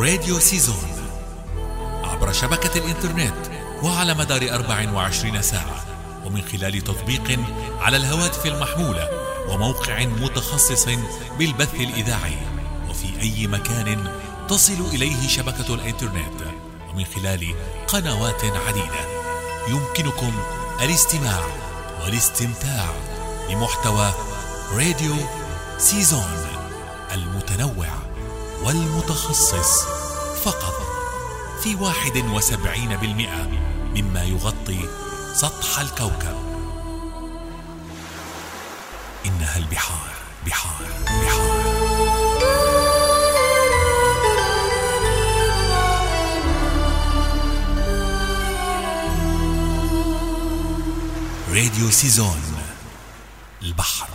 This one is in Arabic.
راديو سيزون عبر شبكة الإنترنت وعلى مدار 24 ساعة، ومن خلال تطبيق على الهواتف المحمولة وموقع متخصص بالبث الإذاعي، وفي أي مكان تصل إليه شبكة الإنترنت، ومن خلال قنوات عديدة يمكنكم الاستماع والاستمتاع بمحتوى راديو سيزون المتنوع والمتخصص فقط في 71% مما يغطي سطح الكوكب. إنها البحار بحار بحار. راديو سيزون، البحر